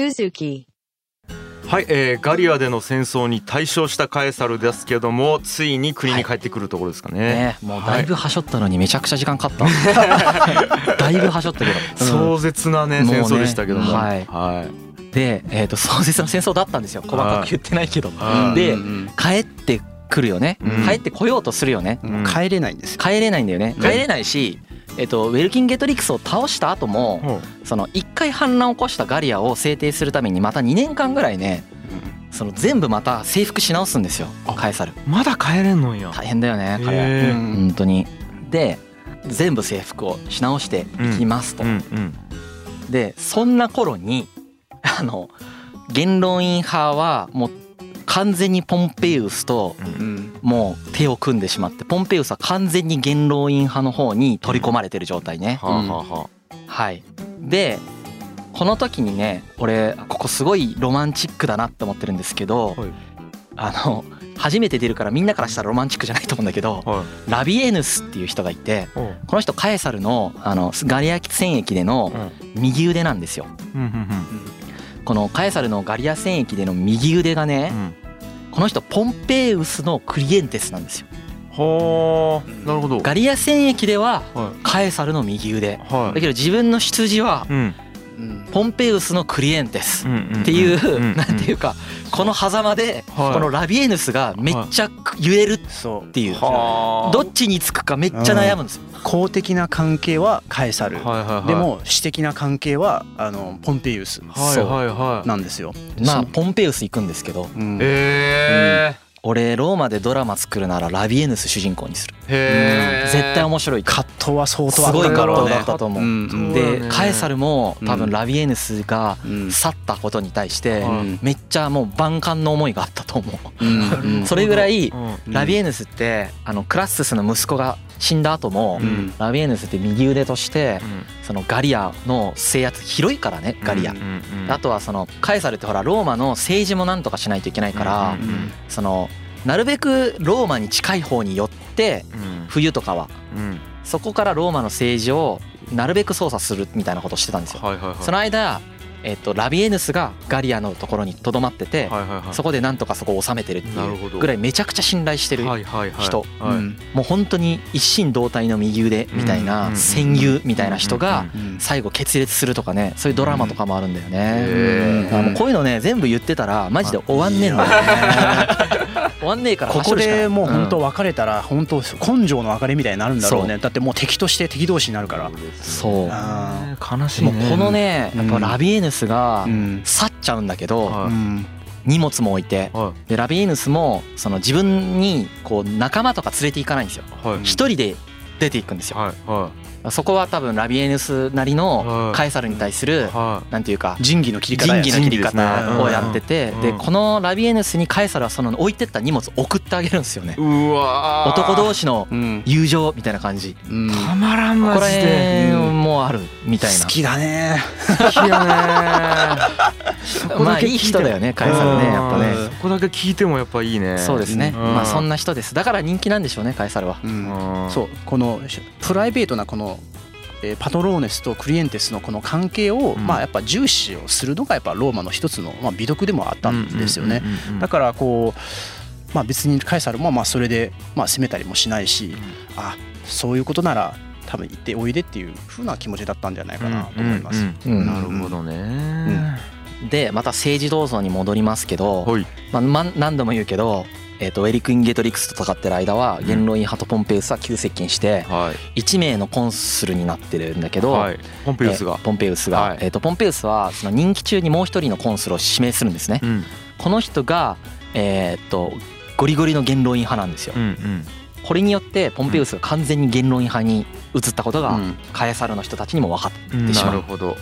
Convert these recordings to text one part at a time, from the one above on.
Suzuki。 はい、ガリアでの戦争に大勝したカエサルですけども、ついに国に帰ってくるところですかね。 もうだいぶはしょったのにめちゃくちゃ時間かかっただいぶはしょったけど、 壮絶なね戦争でしたけども、 で、壮絶な戦争だったんですよ。細かく言ってないけど、で帰ってくるよね、帰ってこようとするよね、 帰れないんですよ。 帰れないんだよね。帰れないし、ウェルキンゲトリクスを倒した後も、その1回反乱を起こしたガリアを制定するためにまた2年間ぐらいね、その全部また征服し直すんですよ、カエサル。 まだ帰れんのんや。 大変だよね彼は、本当に。で全部征服をし直していきますと。でそんな頃に元老院派はもう完全にポンペイウスともう手を組んでしまって、ポンペイウスは完全に元老院派の方に取り込まれてる状態ね。はい。でこの時にね、俺ここすごいロマンチックだなって思ってるんですけど、初めて出るからみんなからしたらロマンチックじゃないと思うんだけど、ラビエヌスっていう人がいて、この人カエサルのガリア戦役での右腕なんですよ。このカエサルのガリア戦役での右腕がね、この人ポンペイウスのクリエンテスなんですよ。 はあ、なるほど。 ガリア戦役ではカエサルの右腕、だけど自分の出自はポンペイウスのクリエンテスっていう、なんていうか、この狭間でこのラビエヌスがめっちゃ揺れるっていう、どっちにつくかめっちゃ悩むんですよ。 公的な関係はカエサル、でも私的な関係はポンペイウスなんですよ。 まあポンペイウス行くんですけど、俺ローマでドラマ作るならラビエヌス主人公にする。絶対面白い。 葛藤は相当すごい葛藤だったと思う。でカエサルも多分ラビエヌスが去ったことに対してめっちゃもう万感の思いがあったと思う。それぐらいラビエヌスってクラッススの息子が死んだ後もラビエヌスって右腕としてそのガリアの制圧広いからね、ガリア。あとはそのカエサルってほらローマの政治もなんとかしないといけないから、そのなるべくローマに近い方に寄って冬とかはそこからローマの政治をなるべく操作するみたいなことをしてたんですよ。その間ラビエヌスがガリアのところにとどまってて、そこでなんとかそこを収めてるっていうぐらいめちゃくちゃ信頼してる人、もう本当に一心同体の右腕みたいな戦友みたいな人が最後決裂するとかね、そういうドラマとかもあるんだよね。もうこういうのね全部言ってたらマジで終わんねえんだよね。終わんねえから。 ここでもう本当別れたら本当根性の別れみたいになるんだろうね。だってもう敵として敵同士になるから。 そう悲しいね。 もうこのねやっぱラビエヌスが去っちゃうんだけど、荷物も置いて、でラビエヌスもその自分にこう仲間とか連れていかないんですよ。一人で出ていくんですよ。そこは多分ラビエヌスなりのカエサルに対するなんていうか仁義の切り方をやってて、でこのラビエヌスにカエサルはその置いてった荷物送ってあげるんですよね。男同士の友情みたいな感じ。 たまらんマジで。 これもあるみたいな。 好きだね。 好きやね。 まあいい人だよねカエサルね、やっぱね。 そこだけ聞いてもやっぱいいね。 そうですね。まあそんな人です。だから人気なんでしょうねカエサルは。 そう、このプライベートなこのパトローネスとクリエンテスのこの関係をまあやっぱ重視をするのがやっぱローマの一つの美徳でもあったんですよね。だからこうまあ別にカエサルもまあそれでまあ責めたりもしないし、あ、そういうことなら多分行っておいでっていう風な気持ちだったんじゃないかなと思います。 なるほどね。 でまた政治銅像に戻りますけど、何度も言うけどウェリクインゲトリクスと戦ってる間は元老院派とポンペイウスは急接近して1名のコンスルになってるんだけど、 ポンペイウスがポンペイウスはその任期中にもう一人のコンスルを指名するんですね。この人がゴリゴリの元老院派なんですよ。これによってポンペイウスが完全に元老院派に移ったことがカエサルの人たちにも分かってしまう。 なるほど。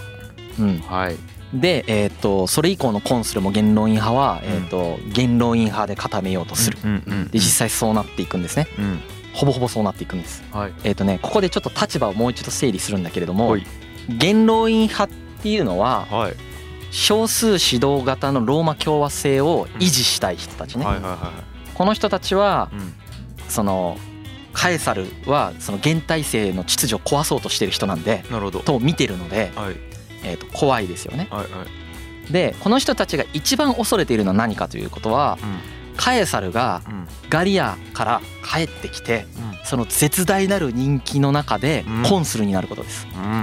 でそれ以降のコンスルも元老院派は元老院派で固めようとする。で実際そうなっていくんですね。ほぼほぼそうなっていくんです。ここでちょっと立場をもう一度整理するんだけれども、元老院派っていうのは少数指導型のローマ共和制を維持したい人たちね。この人たちはそのカエサルはその現体制の秩序を壊そうとしてる人なんでと見てるので怖いですよね。 でこの人たちが一番恐れているのは何かということは、カエサルがガリアから帰ってきて、その絶大なる人気の中でコンスルになることです。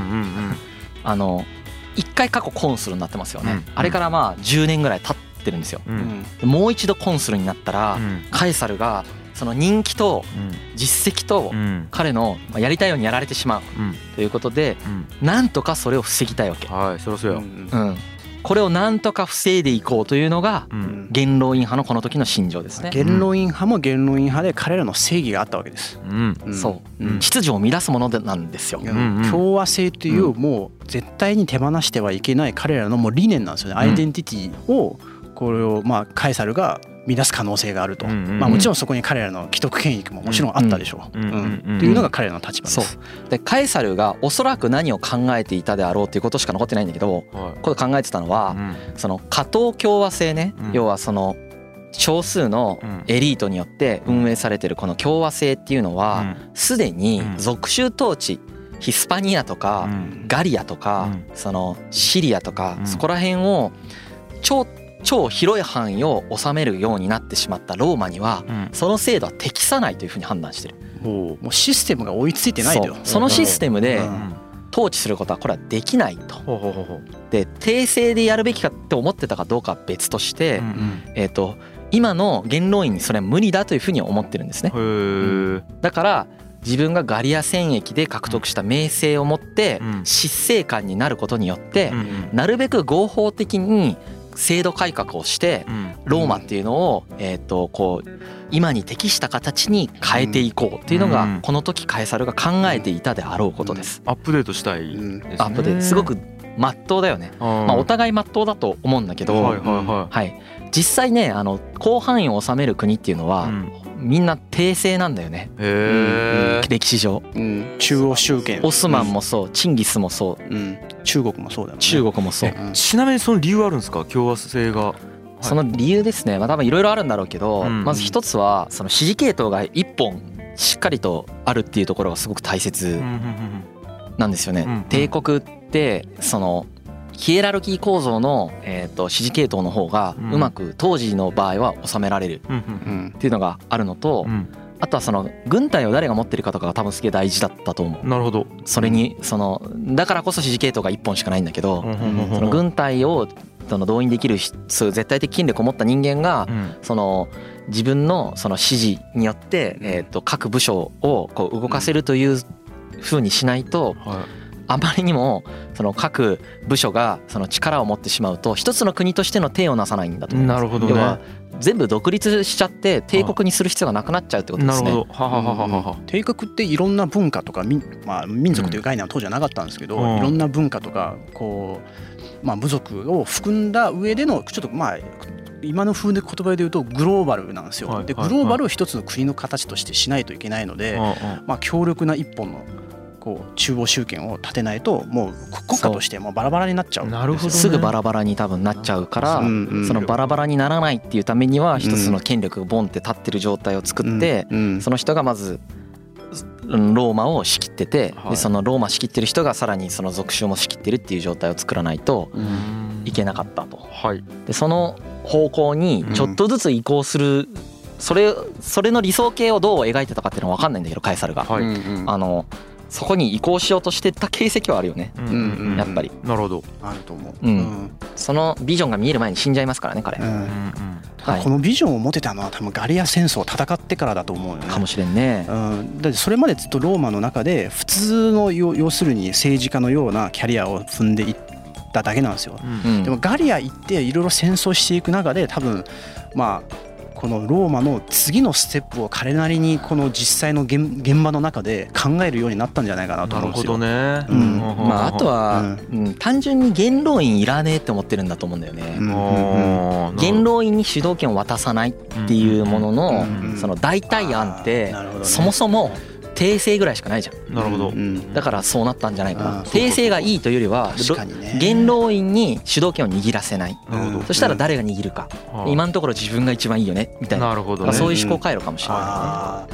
一回過去コンスルになってますよね。あれからまあ10年ぐらい経ってるんですよ。もう一度コンスルになったら、カエサルがその人気と実績と彼のやりたいようにやられてしまうということで、なんとかそれを防ぎたいわけ。 はい、そろそろ。 これをなんとか防いでいこうというのが元老院派のこの時の信条ですね。 元老院派も元老院派で彼らの正義があったわけです。 そう、秩序を乱すものなんですよ。 共和制というもう絶対に手放してはいけない彼らのもう理念なんですよね。アイデンティティをこれをまあカエサルが乱す可能性があると、まあもちろんそこに彼らの既得権益ももちろんあったでしょうというのが彼らの立場です。 そうでカエサルがおそらく何を考えていたであろうということしか残ってないんだけど、これ考えてたのはその下等共和制ね、要はその少数のエリートによって運営されているこの共和制っていうのはすでに属州統治、ヒスパニアとかガリアとかそのシリアとかそこら辺を超広い範囲を治めるようになってしまったローマにはその制度は適さないというふうに判断してる。 もうシステムが追いついてないと。 そのシステムで統治することはこれはできないと。で帝政でやるべきかって思ってたかどうかは別として、今の元老院にそれは無理だというふうに思ってるんですね。だから自分がガリア戦役で獲得した名声を持って執政官になることによってなるべく合法的に制度改革をしてローマっていうのをこう今に適した形に変えていこうっていうのがこの時カエサルが考えていたであろうことです。 アップデートしたいですね。 アップデートすごく真っ当だよね。まあお互い真っ当だと思うんだけど、実際ね広範囲を治める国っていうのはみんな帝政なんだよね。歴史上、 中央集権、 オスマンもそう、チンギスもそう、 中国もそうだよね。 中国もそう。 ちなみにその理由あるんですか、共和制が。 その理由ですね、まあ多分いろいろあるんだろうけど、まず一つはその支持系統が一本しっかりとあるっていうところがすごく大切なんですよね。帝国ってそのヒエラルキー構造の支持系統の方がうまく当時の場合は収められるっていうのがあるのと、あとはその軍隊を誰が持ってるかとかが多分すげえ大事だったと思う。 なるほど。 それにそのだからこそ支持系統が一本しかないんだけど、その軍隊をその動員できる絶対的権力を持った人間がその自分のその指示によって各部署をこう動かせるという風にしないと、あまりにもその各部署がその力を持ってしまうと一つの国としての体をなさないんだと思います。 なるほどね。 要は全部独立しちゃって帝国にする必要がなくなっちゃうってことですね。 なるほど。 帝国っていろんな文化とか民族という概念は当時はなかったんですけど、いろんな文化とかこう部族を含んだ上でのちょっと今の風で言葉で言うとグローバルなんですよ。でグローバルを一つの国の形としてしないといけないので、強力な一本の中央集権を立てないともう国家としてもうバラバラになっちゃう。 なるほどね。すぐバラバラに多分なっちゃうから、そのバラバラにならないっていうためには一つの権力がボンって立ってる状態を作って、その人がまずローマを仕切ってて、でそのローマ仕切ってる人がさらにその属州も仕切ってるっていう状態を作らないといけなかったと。でその方向にちょっとずつ移行する、それの理想形をどう描いてたかっていうのは分かんないんだけど、カエサルがそこに移行しようとしてた形跡はあるよね、やっぱり。 なるほど。 あると思う。 そのビジョンが見える前に死んじゃいますからね彼。 このビジョンを持てたのは多分ガリア戦争を戦ってからだと思うよね。 かもしれんね。 だってそれまでずっとローマの中で普通の要するに政治家のようなキャリアを踏んでいっただけなんですよ。でもガリア行っていろいろ戦争していく中で多分このローマの次のステップを彼なりにこの実際の現場の中で考えるようになったんじゃないかなと思うんですよ。 なるほどね。 あとは単純に元老院いらねえって思ってるんだと思うんだよね。元老院に主導権を渡さないっていうもののその代替案ってそもそも帝政ぐらいしかないじゃん。 なるほど。 だからそうなったんじゃないかな。帝政がいいというよりは元老院に主導権を握らせない。そしたら誰が握るか、今のところ自分が一番いいよねみたいな。 なるほどね。 そういう思考回路かもしれない。 あ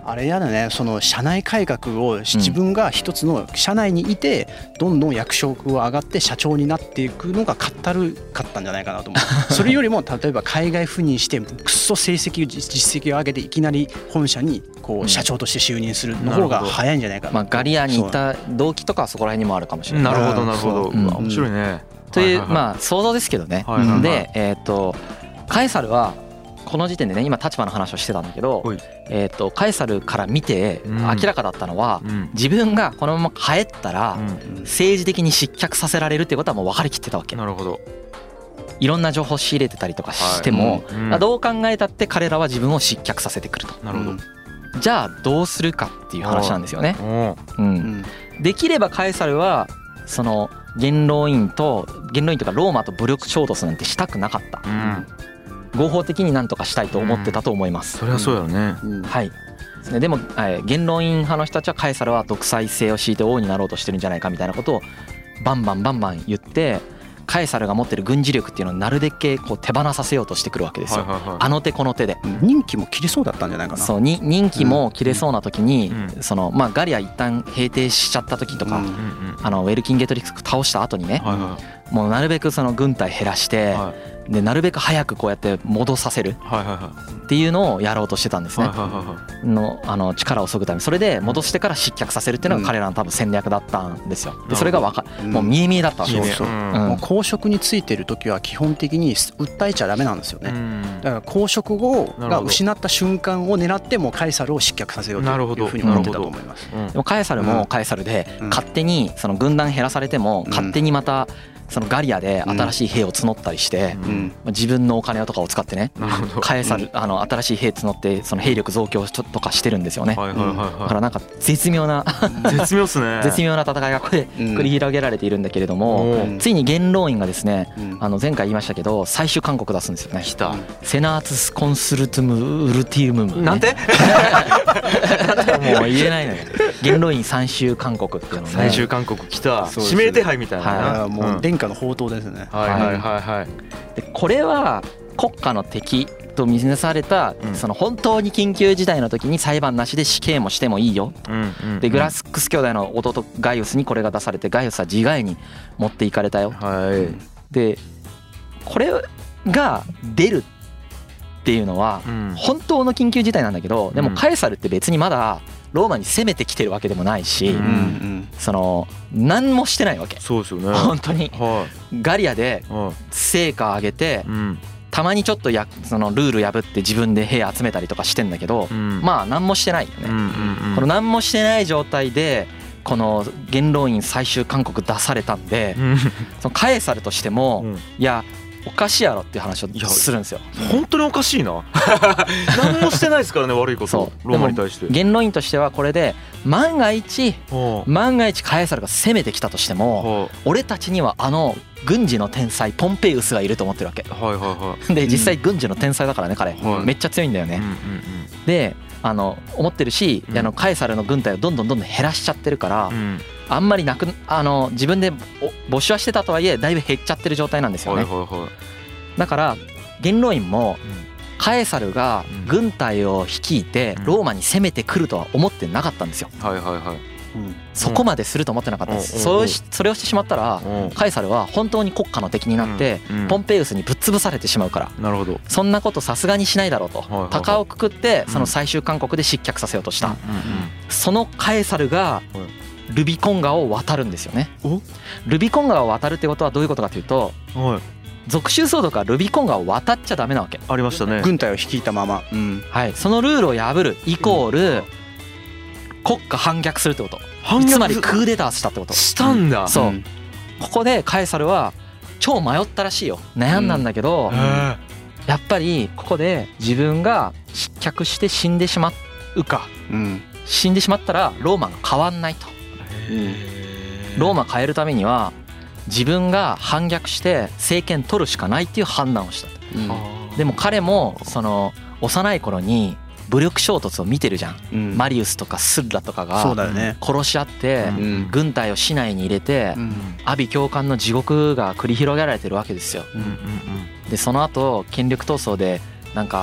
あれやだね、その社内改革を自分が一つの社内にいてどんどん役職を上がって社長になっていくのがかったるかったんじゃないかなと思う。それよりも例えば海外赴任してくっそ成績実績を上げていきなり本社にこう社長として就任するの方が早いんじゃないかな。 まあガリアにいた動機とかはそこら辺にもあるかもしれない。 なるほどなるほど。面白いね。 というまあ想像ですけどね。でカエサルはこの時点でね、今立場の話をしてたんだけど、カエサルから見て明らかだったのは、自分がこのまま帰ったら政治的に失脚させられるっていうことはもう分かりきってたわけ。 なるほど。 いろんな情報を仕入れてたりとかしても、どう考えたって彼らは自分を失脚させてくると。 なるほど。 じゃあどうするかっていう話なんですよね。できればカエサルはその元老院とかローマと武力衝突なんてしたくなかった。合法的になんとかしたいと思ってたと思います。 それはそうやろね。 はい。でも元老院派の人たちはカエサルは独裁性を敷いて王になろうとしてるんじゃないかみたいなことをバンバン言って、カエサルが持ってる軍事力っていうのをなるべくこう手放させようとしてくるわけですよ。あの手この手で。 任期も切れそうだったんじゃないかな。 そう、任期も切れそうな時に、そのまあガリア一旦平定しちゃった時とか、ウェルキンゲートリック倒した後にね、もうなるべくその軍隊減らして、でなるべく早くこうやって戻させるっていうのをやろうとしてたんですね。力を削ぐために、それで戻してから失脚させるっていうのが彼らの多分戦略だったんですよ。でそれがもう見え見えだったわけですよ。 公職についてる時は基本的に訴えちゃダメなんですよね。だから公職が失った瞬間を狙ってもカエサルを失脚させようというふうに思ってたと思います。 でもカエサルもカエサルで勝手にその軍団減らされても勝手にまたそのガリアで新しい兵を募ったりして、自分のお金とかを使ってね、カエサル新しい兵募ってその兵力増強とかしてるんですよね。だからなんか絶妙な絶妙ですね。 絶妙な戦いがここで繰り広げられているんだけれども、ついに元老院がですね、前回言いましたけど最終勧告出すんですよね。セナーツスコンスルトゥムウルティウムム、 なんてもう言えないのよ。元老院最終勧告っていうのね。 最終勧告来た。指名手配みたいな。 もう殿下の宝刀ですね。 でこれは国家の敵と見なされた、その本当に緊急事態の時に裁判なしで死刑もしてもいいよ。でグラスクス兄弟の弟ガイウスにこれが出されて、ガイウスは自害に持っていかれたよ。でこれが出るっていうのは本当の緊急事態なんだけど、でもカエサルって別にまだローマに攻めてきてるわけでもないし、その何もしてないわけ。 そうですよね。 本当にガリアで成果上げて、たまにちょっとそのルール破って自分で兵集めたりとかしてんだけど、まあ何もしてないよね。この何もしてない状態でこの元老院最終勧告出されたんで、そのカエサルとしてもいやおかしいやろっていう話をするんですよ。 本当におかしいな。何もしてないですからね、悪いこと。ローマに対して元老院としてはこれで万が一カエサルが攻めてきたとしても、俺たちには軍事の天才ポンペイウスがいると思ってるわけ。で実際軍事の天才だからね彼、めっちゃ強いんだよね。で思ってるし、カエサルの軍隊をどんどん減らしちゃってるから、あんまり自分で募集はしてたとはいえだいぶ減っちゃってる状態なんですよね。だから元老院もカエサルが軍隊を率いてローマに攻めてくるとは思ってなかったんですよ。そこまですると思ってなかったんです。それをしてしまったらカエサルは本当に国家の敵になってポンペイウスにぶっ潰されてしまうから、そんなことさすがにしないだろうと鷹をくくってその最終勧告で失脚させようとした。そのカエサルがルビコン川を渡るんですよね。ルビコン川を渡るってことはどういうことかというと、属州総督はルビコン川を渡っちゃダメなわけ。 ありましたね。 軍隊を率いたまま、 そのルールを破るイコール国家反逆するってこと。つまりクーデターしたってこと。 したんだ。 そう。ここでカエサルは超迷ったらしいよ。悩んだんだけど、やっぱりここで自分が失脚して死んでしまうか、死んでしまったらローマが変わんないと。ローマ変えるためには自分が反逆して政権取るしかないっていう判断をした。でも彼もその幼い頃に武力衝突を見てるじゃん。マリウスとかスッラとかが殺し合って軍隊を市内に入れて阿鼻叫喚の地獄が繰り広げられてるわけですよ。でその後権力闘争でなんか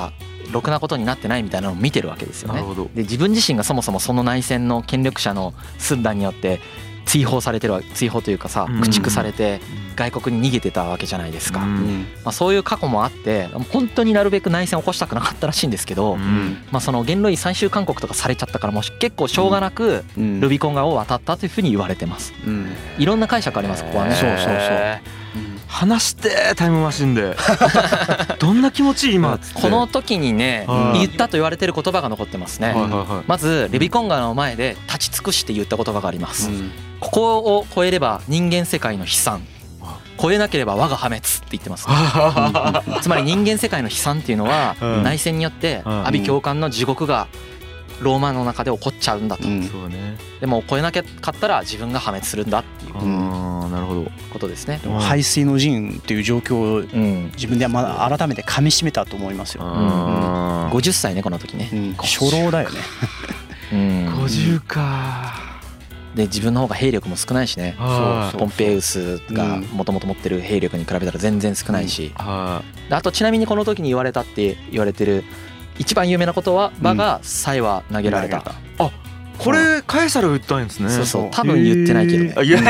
ろくなことになってないみたいなのを見てるわけですよね。 なるほど。 で自分自身がそもそもその内戦の権力者の寸断によって追放されてる追放というかさ駆逐されて外国に逃げてたわけじゃないですか。まあそういう過去もあって本当になるべく内戦を起こしたくなかったらしいんですけど、まあその元老院最終勧告とかされちゃったからもう結構しょうがなくルビコン川を渡ったというふうに言われてます。いろんな解釈ありますここはね。 そうそうそう。 話してタイムマシンでどんな気持ち今っつってこの時にね言ったと言われてる言葉が残ってますね。まずルビコン川の前で立ち尽くして言った言葉があります。ここを越えれば人間世界の悲惨、越えなければ我が破滅って言ってます。つまり人間世界の悲惨っていうのは内戦によって阿鼻教官の地獄がローマの中で起こっちゃうんだと。でも越えなきゃかったら自分が破滅するんだっていうことですね。 背水の陣っていう状況を自分でまだ改めて噛み締めたと思いますよ。 50歳ねこの時ね。 初老だよね。 50か。 で自分の方が兵力も少ないしね。ポンペウスがもともと持ってる兵力に比べたら全然少ないし。あとちなみにこの時に言われたって言われてる一番有名なことは馬が鞘は投げられた。 あ、これカエサルが言ったんですね。 そうそう、多分言ってないけどね。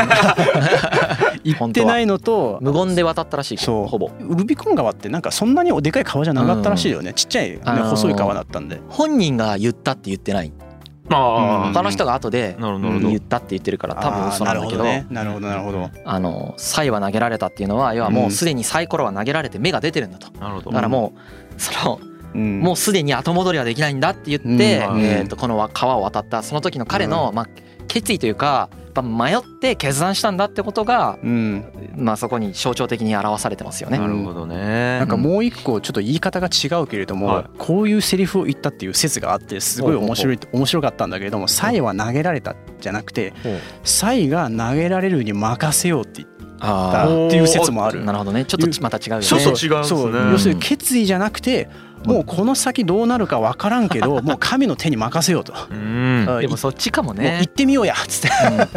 言ってないのと無言で渡ったらしいけど、ほぼ。 ルビコン川ってなんかそんなにでかい川じゃなかったらしいよね。ちっちゃい細い川だったんで。 本人が言ったって言ってない。他の人が後で言ったって言ってるから多分そうなんだけど。 なるほどなるほど。 鞘は投げられたっていうのは要はもうすでにサイコロは投げられて目が出てるんだと。だからもうもうすでに後戻りはできないんだって言ってこの川を渡ったその時の彼の決意というかやっぱ迷って決断したんだってことがそこに象徴的に表されてますよね。 なるほどね。 なんかもう一個ちょっと言い方が違うけれどもこういうセリフを言ったっていう説があってすごい面白かったんだけれども、鞘は投げられたじゃなくて鞘が投げられるに任せようって言ったっていう説もある。 なるほどね。ちょっとまた違うよね。 ちょっと違うんですね。 要するに決意じゃなくてもうこの先どうなるか分からんけどもう神の手に任せようと。 でもそっちかもね。 もう行ってみようやっつって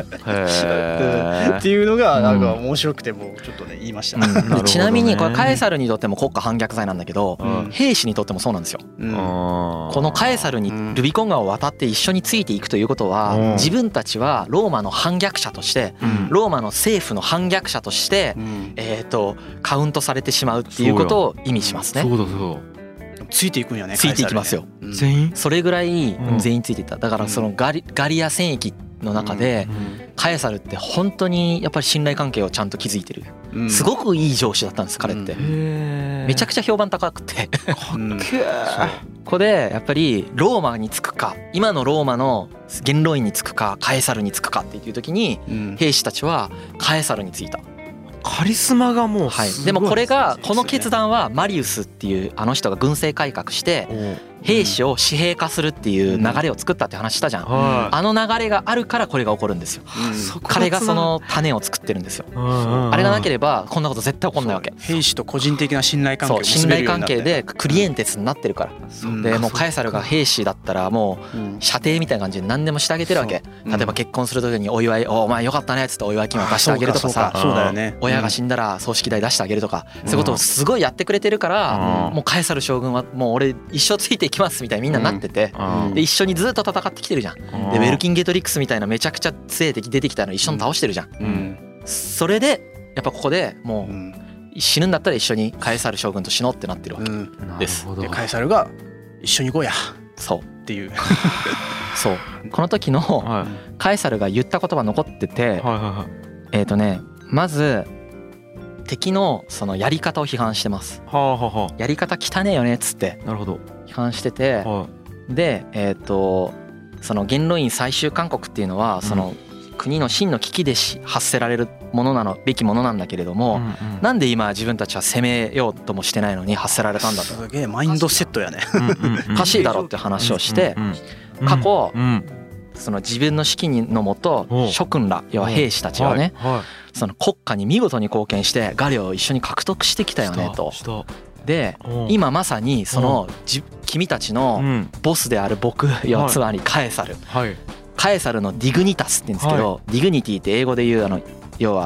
っていうのがなんか面白くてもうちょっとね言いました。 ちなみにこれカエサルにとっても国家反逆罪なんだけど兵士にとってもそうなんですよ。このカエサルにルビコン川を渡って一緒についていくということは自分たちはローマの反逆者としてローマの政府の反逆者としてカウントされてしまうっていうことを意味しますね。 ついていくんやね。 ついていきますよ。 全員それぐらい全員ついていった。だからそのガリア戦役の中でカエサルって本当にやっぱり信頼関係をちゃんと築いてる。すごくいい上司だったんです彼って。めちゃくちゃ評判高くてここでやっぱりローマにつくか今のローマの元老院につくかカエサルにつくかっていう時に兵士たちはカエサルについた。 カリスマがもう、 でもこの決断はマリウスっていうあの人が軍政改革して兵士を私兵化するっていう流れを作ったって話したじゃん。あの流れがあるからこれが起こるんですよ。彼がその種を作ってるんですよ。あれがなければこんなこと絶対起こんないわけ。 兵士と個人的な信頼関係を結べるようになって、信頼関係でクリエンテスになってるから。でもうカエサルが兵士だったらもう射程みたいな感じで何でもしてあげてるわけ。例えば結婚する時にお祝いお前よかったねっつってお祝い金を出してあげるとかさ、親が死んだら葬式代出してあげるとかそういうことをすごいやってくれてるからもうカエサル将軍はもう俺一生ついていきますみたいなみんななってて、で一緒にずっと戦ってきてるじゃん。でウェルキンゲトリックスみたいなめちゃくちゃ強い敵出てきたの一緒に倒してるじゃん。それでやっぱここでもう死ぬんだったら一緒にカエサル将軍と死のうってなってるわけです。 でカエサルが一緒に行こうやそうっていうそうこの時のカエサルが言った言葉残っててまず敵のそのやり方を批判してます。やり方汚ねえよねっつって批判してて、でその元老院最終勧告っていうのはその国の真の危機で発せられるものべきものなんだけれども、なんで今自分たちは攻めようともしてないのに発せられたんだと。 すげえマインドセットやね。 おかしいだろって話をして過去その自分の指揮のもと諸君ら要は兵士たちはねその国家に見事に貢献してガリを一緒に獲得してきたよねと。で今まさにその君たちのボスである僕つまりカエサルのディグニタスって言うんですけどディグニティって英語で言う要は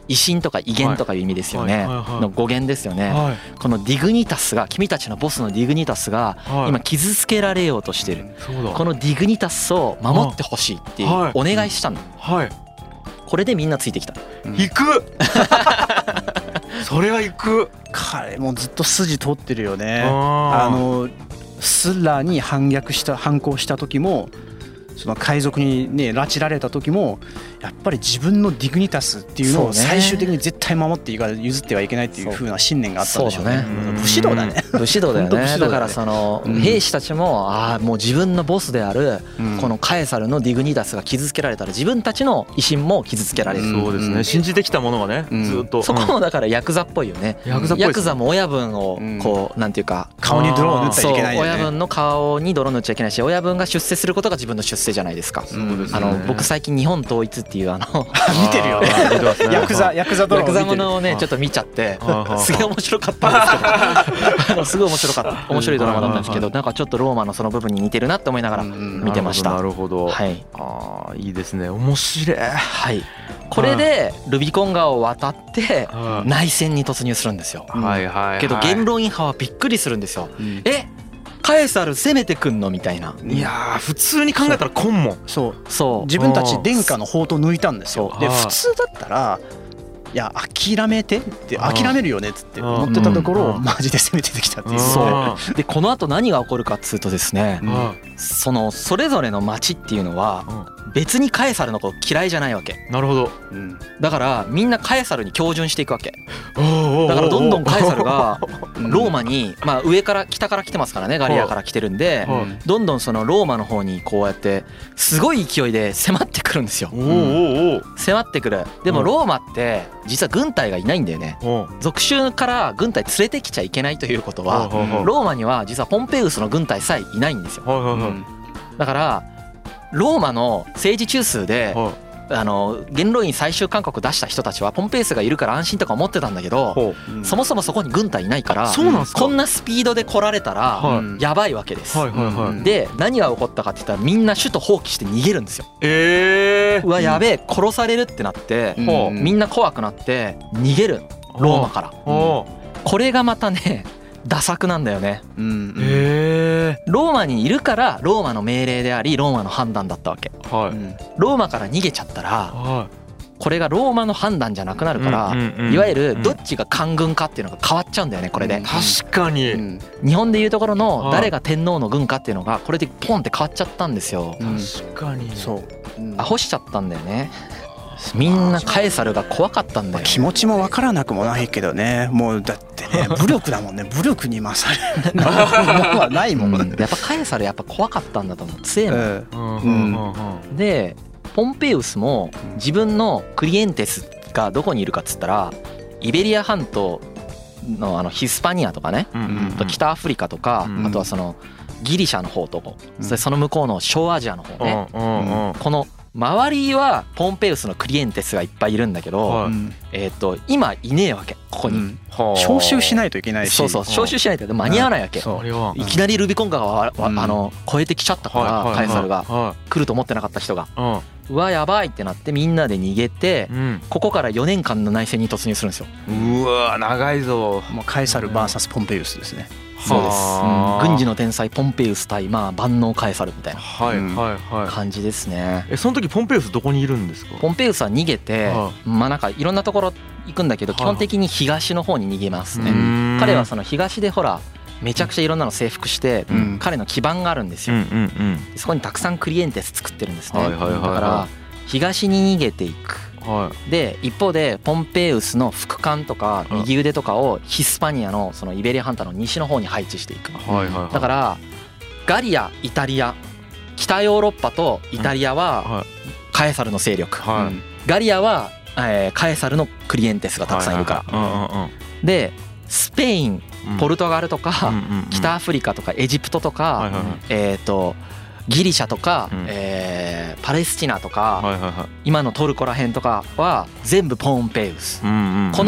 威信とか威厳とかいう意味ですよね、の語源ですよね、このディグニタスが、君たちのボスのディグニタスが今傷つけられようとしてる、このディグニタスを守ってほしいっていうお願いしたの。これでみんなついてきた。 行くそれは行く。 彼もずっと筋通ってるよね。スッラーに反抗した時も、その海賊にね拉致られた時も、やっぱり自分のディグニタスっていうのを最終的に絶対守って譲ってはいけないっていう風な信念があったんでしょうね。武士道だね。 武士道だよね。だからその兵士たちももう自分のボスであるこのカエサルのディグニタスが傷つけられたら自分たちの威信も傷つけられる。 そうですね。信じてきたものがねずっと。 そこもだからヤクザっぽいよね。ヤクザも親分をこうなんていうか顔に泥を塗っちゃいけないよね。 親分の顔に泥塗っちゃいけないし、親分が出世することが自分の出世じゃないですか。僕最近日本統一っていう見てるよね。ヤクザものをねちょっと見ちゃってすげえ面白かったんですけどすごい面白いドラマだったんですけど、なんかちょっとローマのその部分に似てるなって思いながら見てました。 なるほど。はい。いいですね。面白い。 はい。これでルビコン川を渡って内戦に突入するんですよ。けど元老院派はびっくりするんですよ。カエサル攻めてくんのみたいな。 いや普通に考えたらコンモン。 そう自分たち殿下の宝刀抜いたんですよ。で普通だったらいや諦めてって諦めるよねっつって思ってたところをマジで攻めてきたっていう。 そうでこの後何が起こるかっつうとですね、それぞれの町っていうのは別にカエサルのこと嫌いじゃないわけ。 なるほど。 だからみんなカエサルに恭順していくわけ。だからどんどんカエサルがローマに上から北から来てますからね、ガリアから来てるんでどんどんそのローマの方にこうやってすごい勢いで迫ってくるんですよ。迫ってくる。でもローマって実は軍隊がいないんだよね。属州から軍隊連れてきちゃいけないということはローマには実はポンペウスの軍隊さえいないんですよ。だからローマの政治中枢で元老院最終勧告出した人たちはポンペウスがいるから安心とか思ってたんだけど、そもそもそこに軍隊いないからこんなスピードで来られたらやばいわけです。で何が起こったかって言ったらみんな首都放棄して逃げるんですよ。うわやべえ殺されるってなってみんな怖くなって逃げるローマから。これがまたねダ作なんだよね。ローマにいるからローマの命令でありローマの判断だったわけ。ローマから逃げちゃったらこれがローマの判断じゃなくなるから、いわゆるどっちが官軍かっていうのが変わっちゃうんだよねこれで。 確かに日本でいうところの誰が天皇の軍かっていうのがこれでポンって変わっちゃったんですよ。 確かにそうアホしちゃったんだよね。みんなカエサルが怖かったんだよ。 気持ちも分からなくもないけどね。もうだってね武力だもんね。武力に勝るのはないもん。 やっぱカエサルやっぱ怖かったんだと思う。強えもん。でポンペウスも自分のクリエンテスがどこにいるかっつったらイベリア半島のヒスパニアとかね、北アフリカとか、あとはそのギリシャの方とその向こうの小アジアの方ね、この周りはポンペウスのクリエンテスがいっぱいいるんだけど、今いねえわけここに。 招集しないといけないし。 そう招集しないと間に合わないわけ。いきなりルビコン川を越えてきちゃったからカエサルが来ると思ってなかった人がうわやばいってなってみんなで逃げてここから4年間の内戦に突入するんですよ。 うわ長いぞ。 もうカエサル VS ポンペウスですね。 そうです。軍事の天才ポンペウス対万能カエサルみたいな感じですね。 その時ポンペウスどこにいるんですか？ ポンペウスは逃げてなんかいろんなところ行くんだけど基本的に東の方に逃げますね。彼はその東でほらめちゃくちゃいろんなの征服して彼の基盤があるんですよ。そこにたくさんクリエンテス作ってるんですね。だから東に逃げていく。で一方でポンペウスの副官とか右腕とかをヒスパニアのそのイベリア半島の西の方に配置していく。だからガリアイタリア北ヨーロッパとイタリアはカエサルの勢力、ガリアはカエサルのクリエンテスがたくさんいるからでスペインポルトガルとか北アフリカとかエジプトとかギリシャとかパレスチナとか今のトルコら辺とかは全部ポンペウス。こ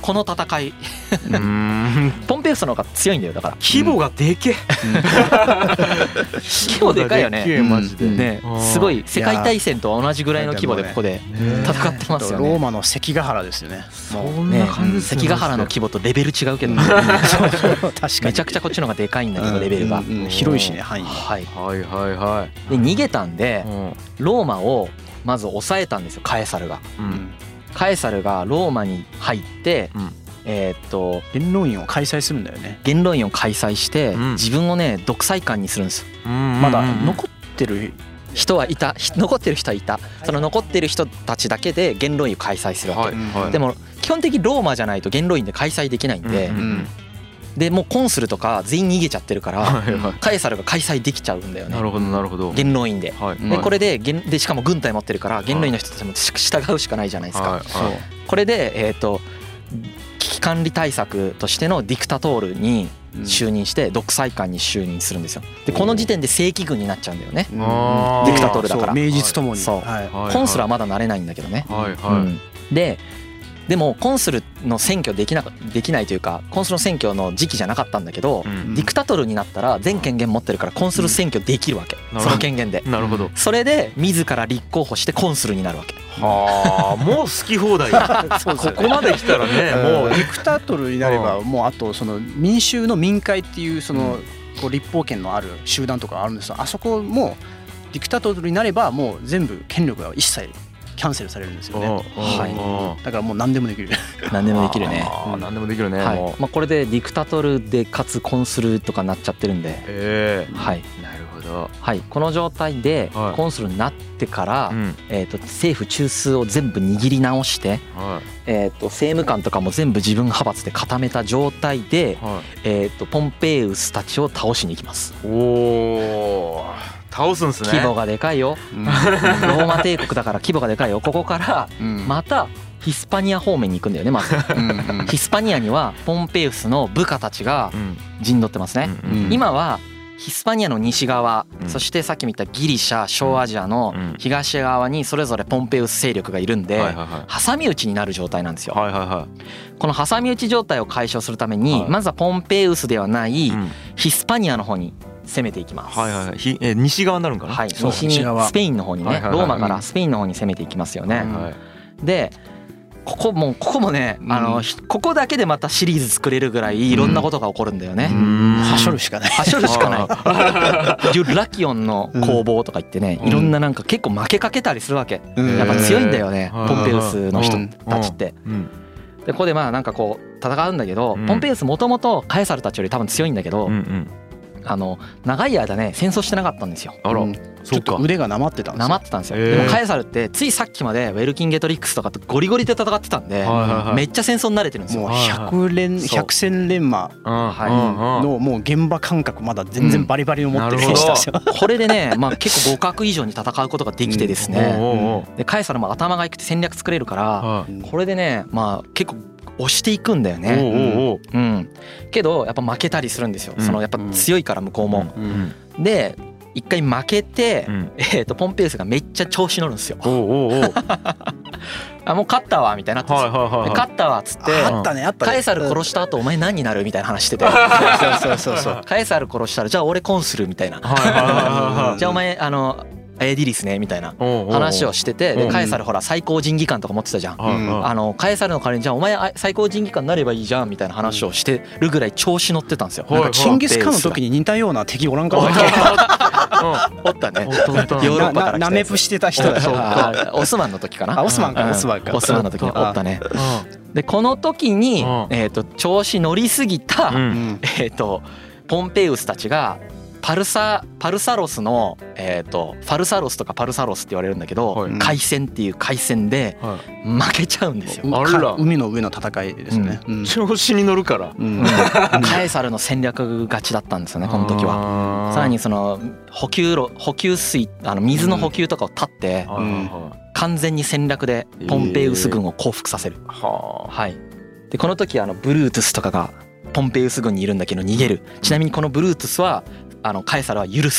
この戦いポンペウスの方が強いんだよ。だから規模がでけえ、 規模でかいよね。 マジでね、すごい世界大戦と同じぐらいの規模でここで戦ってますよね。 ローマの関ヶ原ですよね。 そんな感じですね。 関ヶ原の規模とレベル違うけどね。 確かにめちゃくちゃこっちの方がでかいんだけどレベルが広いしね、範囲が。 はいはいはいはい。 で逃げたんでローマをまず抑えたんですよ、カエサルが。カエサルがローマに入って元老院を開催するんだよね。 元老院を開催して自分をね独裁官にするんですよ。 まだ残ってる人はいた、残ってる人はいた。その残ってる人たちだけで元老院を開催するわけ。でも基本的にローマじゃないと元老院で開催できないんで、でもうコンスルとか全員逃げちゃってるからカエサルが開催できちゃうんだよね。 なるほどなるほど。 元老院で。でこれでしかも軍隊持ってるから元老院の人たちも従うしかないじゃないですか。これで危機管理対策としてのディクタトールに就任して独裁官に就任するんですよ。でこの時点で正規軍になっちゃうんだよね、ディクタトールだから。 名実ともに。 コンスルはまだなれないんだけどね。でもコンスルの選挙できないというか、コンスルの選挙の時期じゃなかったんだけど、ディクタトルになったら全権限持ってるからコンスル選挙できるわけ、その権限で。 なるほど。 それで自ら立候補してコンスルになるわけ。 はあ、もう好き放題。ここまで来たらね、もうディクタトルになれば、もうあとその民衆の民会っていうそのこう立法権のある集団とかあるんですよ。あそこもディクタトルになればもう全部権力が一切キャンセルされるんですよね。はい。だからもう何でもできる。 何でもできるね。 何でもできるね。 まあこれでディクタトルでかつコンスルとかなっちゃってるんで。はい。 なるほど。 はい。この状態でコンスルになってから政府中枢を全部握り直して、政務官とかも全部自分派閥で固めた状態でポンペウスたちを倒しに行きます。 おお。倒すんですね。 規模がでかいよ。ローマ帝国だから規模がでかいよ。ここからまたヒスパニア方面に行くんだよね。まずヒスパニアにはポンペウスの部下たちが陣取ってますね。今はヒスパニアの西側、そしてさっき見たギリシャ小アジアの東側にそれぞれポンペウス勢力がいるんで挟み撃ちになる状態なんですよ。この挟み撃ち状態を解消するためにまずはポンペウスではないヒスパニアの方に攻めていきます。 西側になるんかな。 はい、西にスペインの方にね、ローマからスペインの方に攻めていきますよね。でここもね、ここだけでまたシリーズ作れるぐらいいろんなことが起こるんだよね。 はしょるしかない。 はしょるしかない。デュラキオンの攻防とか言ってね、いろんななんか結構負けかけたりするわけ。やっぱ強いんだよね、ポンペウスの人たちって。でここでまあなんかこう戦うんだけど、ポンペウスもともとカエサルたちより多分強いんだけど、長い間ね戦争してなかったんですよ。 ちょっと腕がなまってたんですよ。 なまってたんですよ。でもカエサルってついさっきまでウェルキンゲトリックスとかとゴリゴリで戦ってたんで、めっちゃ戦争に慣れてるんですよ。 もう百戦錬磨のもう現場感覚まだ全然バリバリを持ってる選手ですよ。 これでね、まあ結構互角以上に戦うことができてですね、でカエサルも頭が良くて戦略作れるから、これでねまあ結構押していくんだよね。けどやっぱ負けたりするんですよ。そのやっぱ強いから向こうも。で一回負けてポンペウスがめっちゃ調子乗るんですよ。あもう勝ったわみたいになってんですよ。勝ったわっつってカエサル殺した後お前何になるみたいな話してて、カエサル殺したらじゃあ俺コンするみたいな、じゃあお前エディリスねみたいな話をしてて、でカエサルほら最高神技官とか持ってたじゃん。カエサルの代わりにじゃあお前最高神技官になればいいじゃんみたいな話をしてるぐらい調子乗ってたんですよ。 なんかチンギスカンの時に似たような敵おらんかったっけ。おったね。ヨーロッパからナメプしてた人。 オスマンの時かな。 オスマンの時におったね。でこの時に調子乗りすぎたポンペウスたちがパルサロスのファルサロスとかパルサロスって言われるんだけど、海戦っていう海戦で負けちゃうんですよ。 海の上の戦いですね。 調子に乗るからカエサルの戦略勝ちだったんですよねこの時は。さらにその補給水水の補給とかを断って完全に戦略でポンペウス軍を降伏させる。でこの時ブルートゥスとかがポンペウス軍にいるんだけど逃げる。ちなみにこのブルートゥスはカエサルは許す。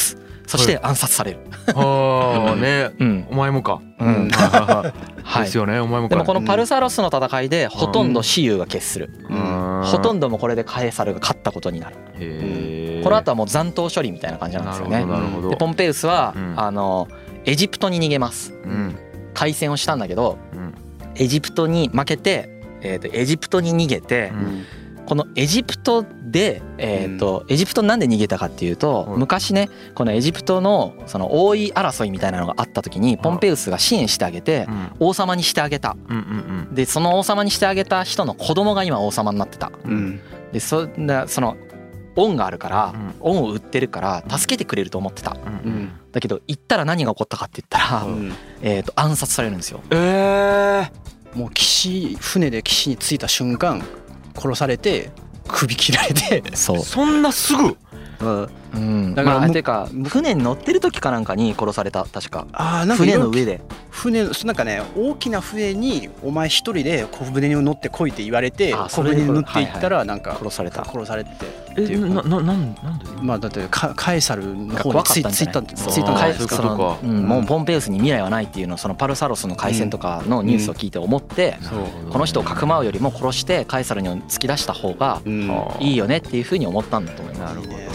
そして暗殺される。 ああね、お前もか。ですよね、お前もか。 でもこのパルサロスの戦いでほとんど雌雄が決する。ほとんどもこれでカエサルが勝ったことになる。この後はもう残党処理みたいな感じなんですよね。でポンペウスはエジプトに逃げます。開戦をしたんだけどエジプトに負けてエジプトに逃げて、このエジプトでエジプトなんで逃げたかっていうと、昔ねこのエジプトのその王位争いみたいなのがあった時にポンペウスが支援してあげて王様にしてあげた。でその王様にしてあげた人の子供が今王様になってた。でその恩があるから恩を売ってるから助けてくれると思ってた。だけど行ったら何が起こったかって言ったら暗殺されるんですよ。 もう船で岸に着いた瞬間殺されて首切られて。 そんなすぐ。 だからてか船に乗ってる時かなんかに殺された確か。船の上で。 なんかね大きな船にお前一人で小舟に乗ってこいって言われて小舟に乗っていったらなんか殺されて。 なんで？ まあだってカエサルの方についたんですか。もうポンペウスに未来はないっていうのをそのパルサロスの海戦とかのニュースを聞いて思って、この人をかくまうよりも殺してカエサルに突き出した方がいいよねっていうふうに思ったんだと思います。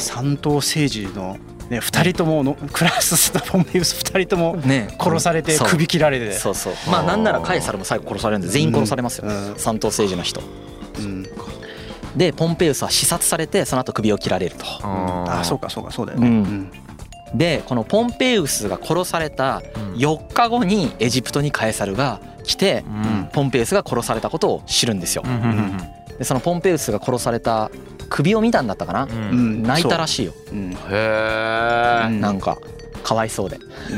三頭政治の2人ともクラスとポンペウス2人とも殺されて首切られて。 まあなんならカエサルも最後殺されるんで全員殺されますよ、三頭政治の人。でポンペウスは刺殺されてその後首を切られると。 そうだよね。 でこのポンペウスが殺された4日後にエジプトにカエサルが来てポンペウスが殺されたことを知るんですよ。でそのポンペウスが殺された首を見たんだったかな、泣いたらしいよ。なんかかわいそうで。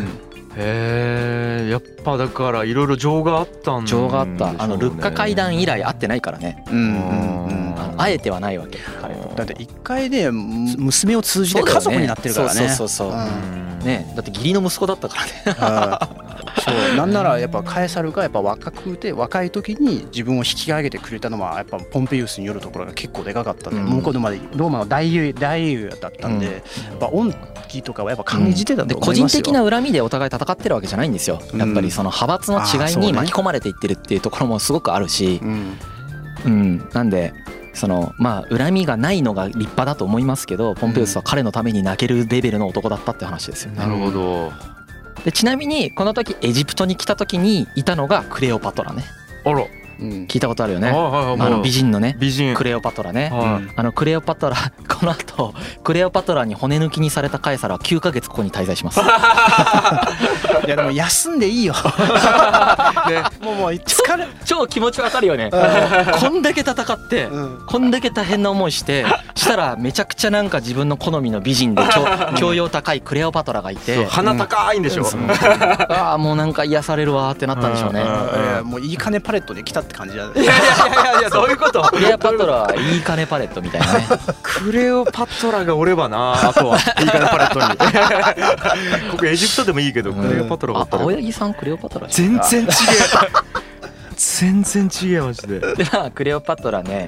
やっぱだからいろいろ情があったんでしょうね。 情があった。ルッカ会談以来会ってないからね。会えてはないわけ彼と。 だって一回で娘を通じて家族になってるからね。 ね、だって義理の息子だったからね。 なんならやっぱカエサルがやっぱ若い時に自分を引き上げてくれたのはやっぱポンペウスによるところが結構でかかったんで、向こうまでローマの大英雄だったんで、やっぱ恩義とかはやっぱ感じてたと思いますよ。 個人的な恨みでお互い戦ってるわけじゃないんですよ。やっぱりその派閥の違いに巻き込まれていってるっていうところもすごくあるし、なんでまあ恨みがないのが立派だと思いますけど、ポンペウスは彼のために泣けるレベルの男だったって話ですよね。 なるほど。 でちなみにこの時エジプトに来た時にいたのがクレオパトラね。 あら、 聞いたことあるよね。美人のねクレオパトラね。クレオパトラこの後クレオパトラに骨抜きにされたカエサルは9ヶ月ここに滞在します。 いやでも休んでいいよ。もう疲れ。 超気持ちわかるよね。こんだけ戦ってこんだけ大変な思いしたらめちゃくちゃなんか自分の好みの美人で教養高いクレオパトラがいて鼻高いんでしょ。 ああもうなんか癒されるわってなったんでしょうね。 もういい金パレットで来たって感じだね。 いやどういうこと？ クレオパトラはいい金パレットみたいなね。 クレオパトラがおればな、あとはいい金パレットに。ここエジプトでもいいけどクレオパトラがおったら。 青柳さんクレオパトラ全然違え。全然違えマジで。 でクレオパトラね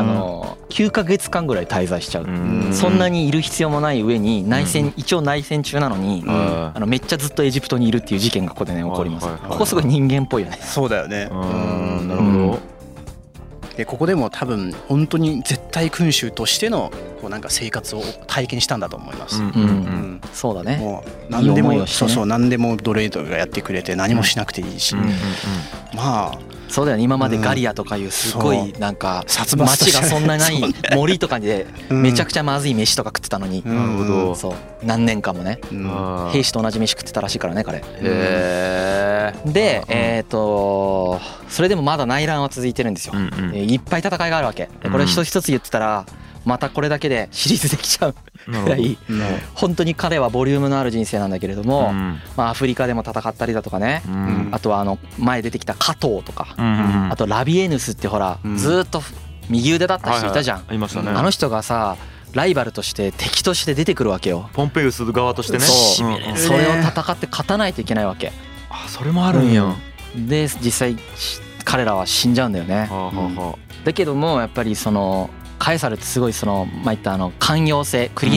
9ヶ月間ぐらい滞在しちゃう。そんなにいる必要もない上に一応内戦中なのにめっちゃずっとエジプトにいるっていう事件がここでね起こります。ここすごい人間っぽいよね。 そうだよね。 なるほど。 でここでも多分本当に絶対君主としてのこうなんか生活を体験したんだと思います。 そうだね。 もう何でも何でも奴隷とかがやってくれて何もしなくていいし、まあそうだよね。今までガリアとかいうすごいなんか町がそんなない森とかでめちゃくちゃまずい飯とか食ってたのに、そう何年間もね兵士と同じ飯食ってたらしいからね彼。でそれでもまだ内乱は続いてるんですよ。いっぱい戦いがあるわけ。これ一つ一つ言ってたらまたこれだけでシリーズできちゃうぐらい本当に彼はボリュームのある人生なんだけれども、アフリカでも戦ったりだとかね、あとは前出てきた加藤とか、あとラビエヌスってほらずっと右腕だった人いたじゃん。あの人がさライバルとして敵として出てくるわけよ。 ポンペウス側としてね。 それを戦って勝たないといけないわけ。 それもあるんや。 で実際彼らは死んじゃうんだよね。だけどもやっぱりカエサルってすごい言った寛容性クリ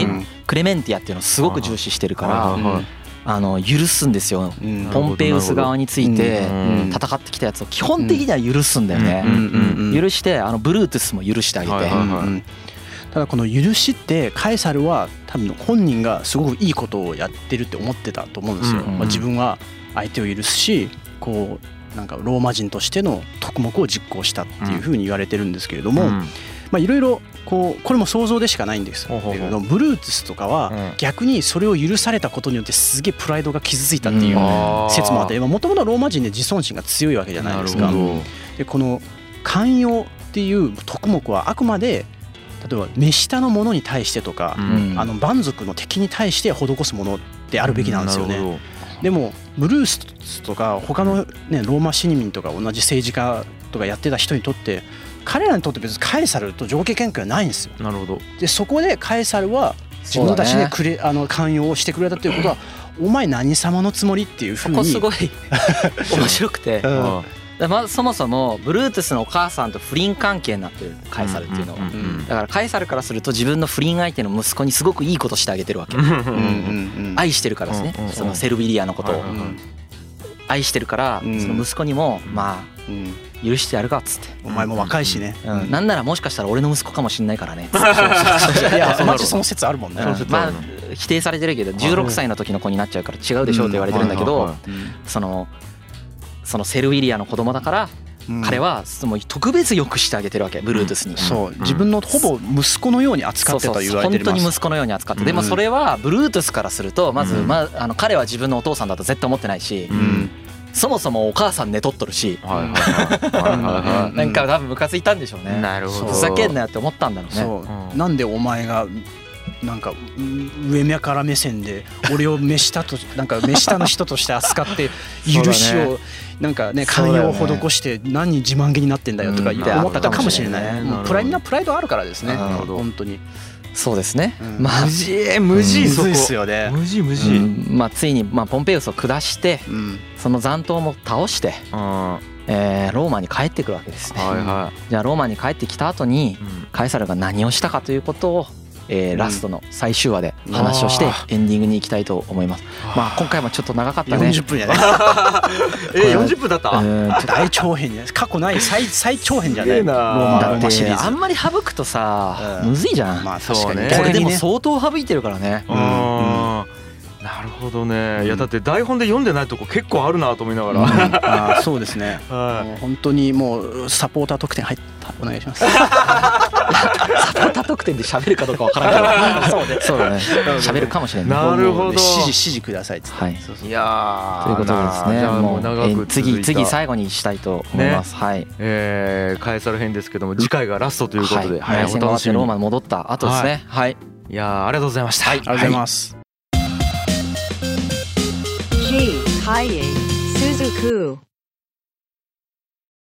クレメンティアっていうのをすごく重視してるから許すんですよ。ポンペイウス側について戦ってきたやつを基本的には許すんだよね。許してブルートゥスも許してあげて。 ただこの許しってカエサルは多分本人がすごくいいことをやってるって思ってたと思うんですよ。自分は相手を許すしこうなんかローマ人としての徳目を実行したっていうふうに言われてるんですけれども、いろいろこれも想像でしかないんですけれども、ブルートゥスとかは逆にそれを許されたことによってすげえプライドが傷ついたっていう説もあって、もともとローマ人で自尊心が強いわけじゃないですか。でこの寛容っていう徳目はあくまで例えば目下のものに対してとか、蛮族の敵に対して施すものであるべきなんですよね。でもブルースとか他のねローマ市民とか同じ政治家とかやってた人にとって彼らにとって別にカエサルと上下関係はないんですよ。 なるほど。でそこでカエサルは自分たちで寛容をしてくれたということは、お前何様のつもりっていうふうに。 そこすごい面白くて。そもそもブルートゥスのお母さんと不倫関係になってるカエサルっていうのは、だからカエサルからすると自分の不倫相手の息子にすごくいいことしてあげてるわけ。愛してるからですね。そのセルビリアのことを愛してるから、その息子にも許してやるかっつって、 お前も若いしね、 なんならもしかしたら俺の息子かもしんないからね。 いやマジその説あるもんね。 まあ否定されてるけど16歳の時の子になっちゃうから違うでしょうと言われてるんだけど、そのセルビリアの子供だから彼はもう特別よくしてあげてるわけ、ブルートゥスに。 そう自分のほぼ息子のように扱ってたと言われてます。 本当に息子のように扱って、でもそれはブルートゥスからするとまず彼は自分のお父さんだと絶対思ってないし、そもそもお母さん寝とっとるし、なんか多分ムカついたんでしょうね。 なるほど。 ふざけんなよって思ったんだろうね。 そうなんでお前がなんか上目から目線で俺を目下の人として扱って許しをなんかね寛容を施して何に自慢げになってんだよとか思ったかもしれない。みんなプライドあるからですね。本当に。 そうですね。 まあ無事そこですよね。 無事。 ついにポンペイウスを下してその残党も倒してローマに帰ってくるわけですね。じゃあローマに帰ってきた後にカエサルが何をしたかということをラストの最終話で話をしてエンディングに行きたいと思います。まあ今回もちょっと長かったね。 40分やね。 40分だった。 大長編ね。過去ない最長編じゃない。ローマシリーズ。 あんまり省くとさむずいじゃん。 まあ確かに。 これでも相当省いてるからね。 なるほどね。いやだって台本で読んでないとこ結構あるなと思いながら。 そうですね。本当にもうサポーター特典入ったお願いします。 サポーター特典で喋るかどうかわからないけど。そうだね。喋るかもしれない。 なるほど。 指示くださいっつって。 はい。 いやということですね。 もう長く次最後にしたいと思います。はい。 カエサル編ですけども次回がラストということで、 お楽しみに。ローマに戻った後ですね。はい。 いやありがとうございました。 ありがとうございます。 G. Kaie Suzuku